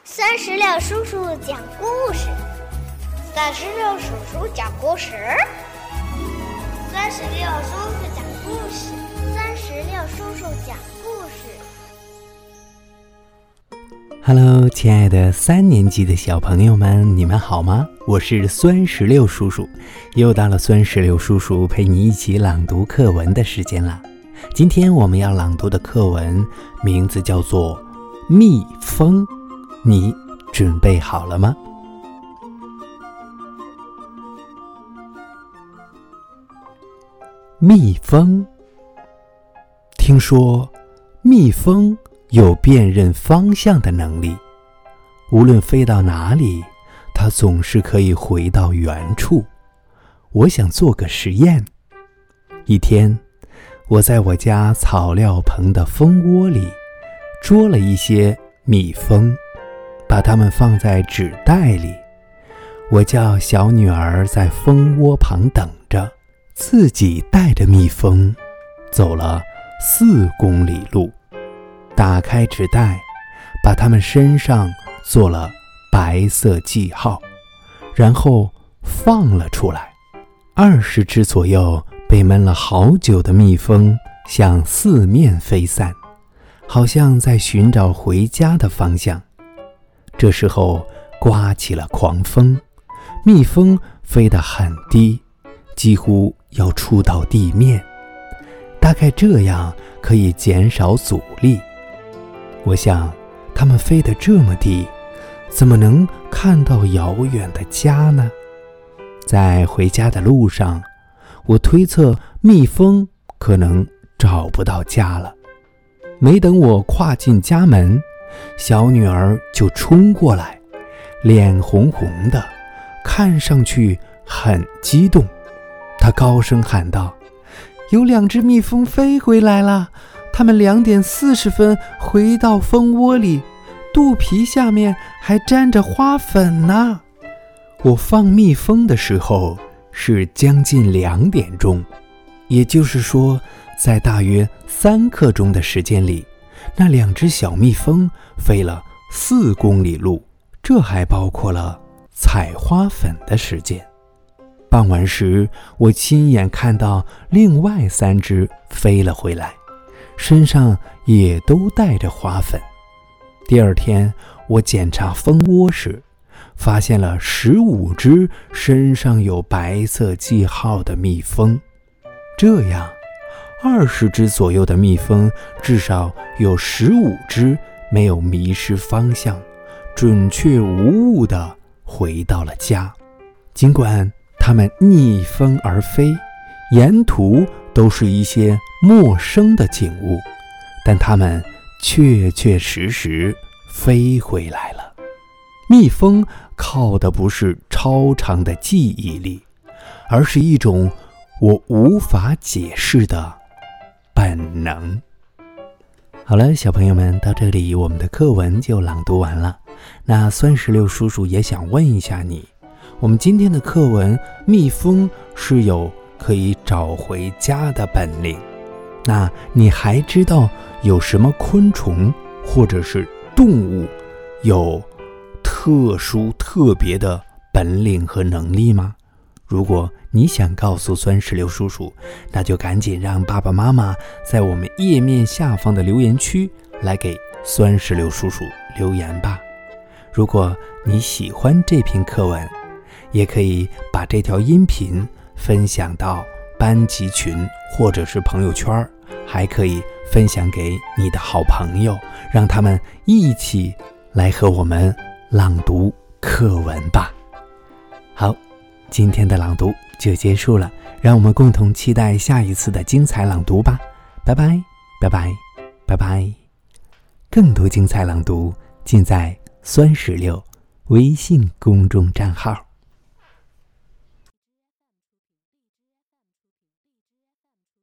酸石榴叔叔讲故事， 酸石榴叔叔讲故事， 酸石榴叔叔讲故事，酸石榴叔叔讲故事。 Hello， 亲爱的3年级的小朋友们，你们好吗？我是酸石榴叔叔，又到了酸石榴叔叔陪你一起朗读课文的时间了。今天我们要朗读的课文名字叫做《蜜蜂》，你准备好了吗？蜜蜂，听说蜜蜂有辨认方向的能力，无论飞到哪里，它总是可以回到原处。我想做个实验。一天，我在我家草料棚的蜂窝里捉了一些蜜蜂，把它们放在纸袋里。我叫小女儿在蜂窝旁等着，自己带着蜜蜂走了4公里路，打开纸袋，把它们身上做了白色记号，然后放了出来。20只左右被闷了好久的蜜蜂向四面飞散，好像在寻找回家的方向。这时候刮起了狂风，蜜蜂飞得很低，几乎要触到地面，大概这样可以减少阻力。我想，它们飞得这么低，怎么能看到遥远的家呢？在回家的路上，我推测蜜蜂可能找不到家了。没等我跨进家门，小女儿就冲过来，脸红红的，看上去很激动。她高声喊道：“有2只蜜蜂飞回来了，它们2点40分回到蜂窝里，肚皮下面还沾着花粉呢。”我放蜜蜂的时候是将近2点钟，也就是说，在大约3刻钟的时间里，那2只小蜜蜂飞了4公里路，这还包括了采花粉的时间。傍晚时，我亲眼看到另外3只飞了回来，身上也都带着花粉。第二天，我检查蜂窝时，发现了15只身上有白色记号的蜜蜂。这样，20只左右的蜜蜂，至少有15只没有迷失方向，准确无误地回到了家。尽管它们逆风而飞，沿途都是一些陌生的景物，但它们确确实实飞回来了。蜜蜂靠的不是超长的记忆力，而是一种我无法解释的本能。好了，小朋友们，到这里我们的课文就朗读完了。那酸石榴叔叔也想问一下你，我们今天的课文，蜜蜂是有可以找回家的本领。那你还知道有什么昆虫或者是动物有特殊特别的本领和能力吗？如果你想告诉酸石榴叔叔，那就赶紧让爸爸妈妈在我们页面下方的留言区来给酸石榴叔叔留言吧。如果你喜欢这篇课文，也可以把这条音频分享到班级群或者是朋友圈，还可以分享给你的好朋友，让他们一起来和我们朗读课文吧。好，今天的朗读就结束了，让我们共同期待下一次的精彩朗读吧。拜拜拜拜拜拜。更多精彩朗读尽在酸石榴微信公众账号。